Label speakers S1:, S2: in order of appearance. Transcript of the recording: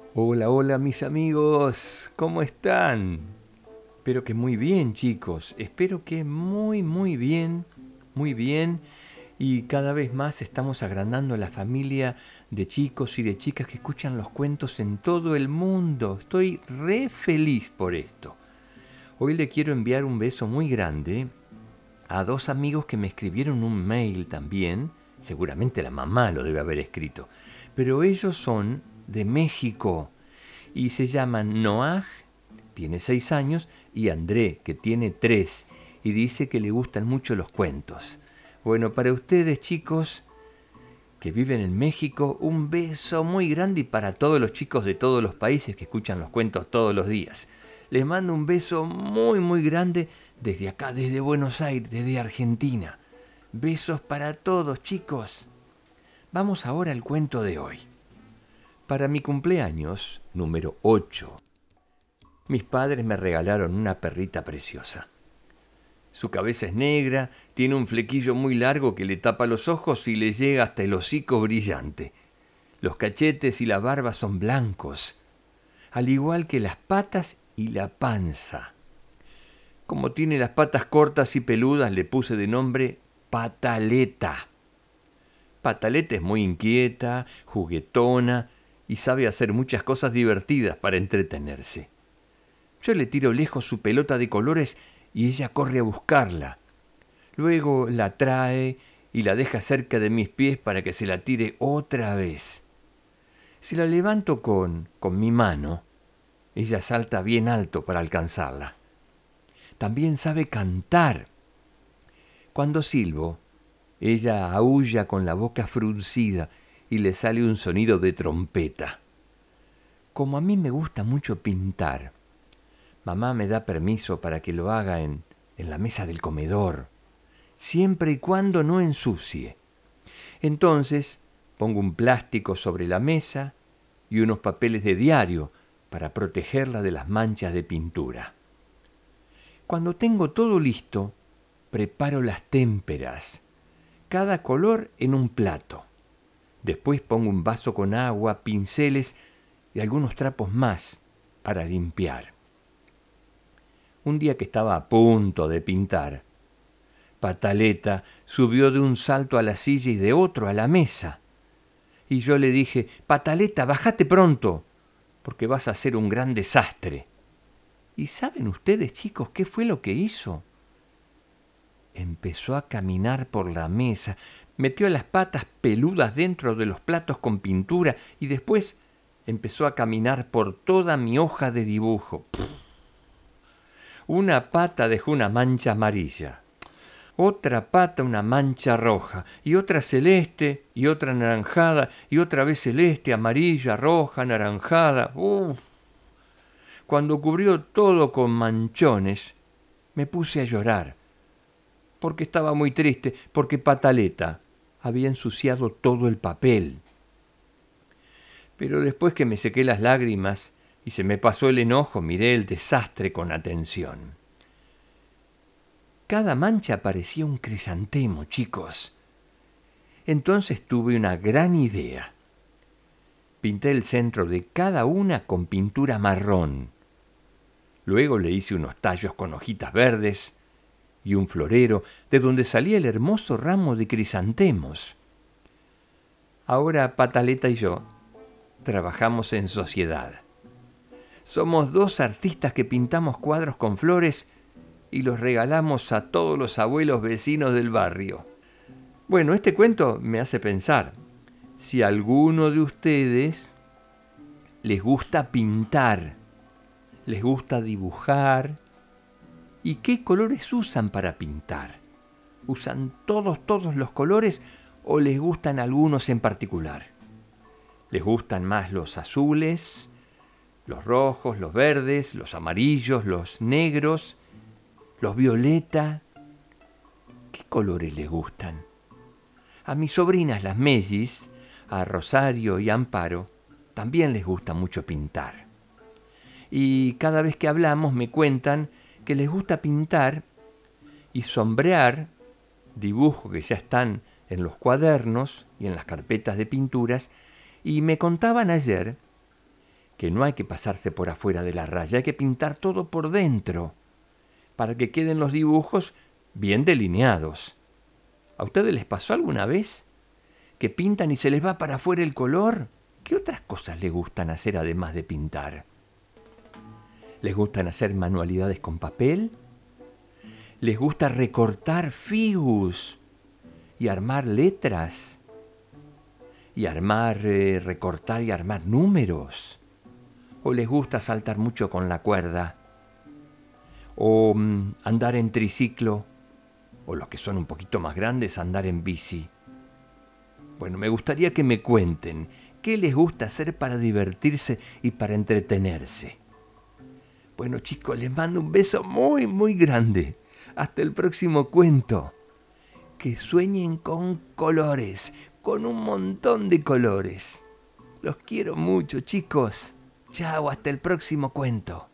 S1: Hola, hola mis amigos, ¿cómo están? Espero que muy bien, chicos. Espero que muy bien, muy bien. Y cada vez más estamos agrandando la familia de chicos y de chicas que escuchan los cuentos en todo el mundo. Estoy re feliz por esto. Hoy le quiero enviar un beso muy grande a dos amigos que me escribieron un mail también. Seguramente la mamá lo debe haber escrito. Pero ellos son de México y se llaman Noah, tiene 6 años, y André, que tiene 3, y dice que le gustan mucho los cuentos. Bueno, para ustedes chicos que viven en México, un beso muy grande y para todos los chicos de todos los países que escuchan los cuentos todos los días. Les mando un beso muy grande desde acá, desde Buenos Aires, desde Argentina. Besos para todos chicos. Vamos ahora al cuento de hoy. Para mi cumpleaños, número 8, mis padres me regalaron una perrita preciosa. Su cabeza es negra, tiene un flequillo muy largo que le tapa los ojos y le llega hasta el hocico brillante. Los cachetes y la barba son blancos, al igual que las patas y la panza. Como tiene las patas cortas y peludas, le puse de nombre Pataleta. Pataleta es muy inquieta, juguetona y sabe hacer muchas cosas divertidas para entretenerse. Yo le tiro lejos su pelota de colores y ella corre a buscarla. Luego la trae y la deja cerca de mis pies para que se la tire otra vez. Si la levanto con mi mano, ella salta bien alto para alcanzarla. También sabe cantar. Cuando silbo, ella aúlla con la boca fruncida y le sale un sonido de trompeta. Como a mí me gusta mucho pintar, mamá me da permiso para que lo haga en la mesa del comedor, siempre y cuando no ensucie. Entonces pongo un plástico sobre la mesa y unos papeles de diario para protegerla de las manchas de pintura. Cuando tengo todo listo, preparo las témperas, cada color en un plato. Después pongo un vaso con agua, pinceles y algunos trapos más para limpiar. Un día que estaba a punto de pintar, Pataleta subió de un salto a la silla y de otro a la mesa. Y yo le dije, Pataleta, bájate pronto, porque vas a hacer un gran desastre. ¿Y saben ustedes, chicos, qué fue lo que hizo? Empezó a caminar por la mesa, metió las patas peludas dentro de los platos con pintura y después empezó a caminar por toda mi hoja de dibujo. Una pata dejó una mancha amarilla, otra pata una mancha roja, y otra celeste, y otra anaranjada, y otra vez celeste, amarilla, roja, anaranjada. ¡Uf! Cuando cubrió todo con manchones, me puse a llorar, porque estaba muy triste, porque Pataleta había ensuciado todo el papel. Pero después que me sequé las lágrimas y se me pasó el enojo, miré el desastre con atención. Cada mancha parecía un crisantemo, chicos. Entonces tuve una gran idea. Pinté el centro de cada una con pintura marrón. Luego le hice unos tallos con hojitas verdes y un florero de donde salía el hermoso ramo de crisantemos. Ahora Pataleta y yo trabajamos en sociedad. Somos dos artistas que pintamos cuadros con flores y los regalamos a todos los abuelos vecinos del barrio. Bueno, este cuento me hace pensar, si a alguno de ustedes les gusta pintar, les gusta dibujar, ¿y qué colores usan para pintar? ¿Usan todos los colores o les gustan algunos en particular? ¿Les gustan más los azules, los rojos, los verdes, los amarillos, los negros, los violeta? ¿Qué colores les gustan? A mis sobrinas, las Mellis, a Rosario y a Amparo, también les gusta mucho pintar. Y cada vez que hablamos me cuentan que les gusta pintar y sombrear dibujos que ya están en los cuadernos y en las carpetas de pinturas, y me contaban ayer que no hay que pasarse por afuera de la raya, hay que pintar todo por dentro, para que queden los dibujos bien delineados. ¿A ustedes les pasó alguna vez que pintan y se les va para afuera el color? ¿Qué otras cosas les gustan hacer además de pintar? ¿Les gustan hacer manualidades con papel? ¿Les gusta recortar figus y armar letras? ¿Y recortar y armar números? ¿O les gusta saltar mucho con la cuerda? ¿O andar en triciclo? ¿O los que son un poquito más grandes, andar en bici? Bueno, me gustaría que me cuenten qué les gusta hacer para divertirse y para entretenerse. Bueno, chicos, les mando un beso muy, muy grande. Hasta el próximo cuento. Que sueñen con colores, con un montón de colores. Los quiero mucho, chicos. Chao, hasta el próximo cuento.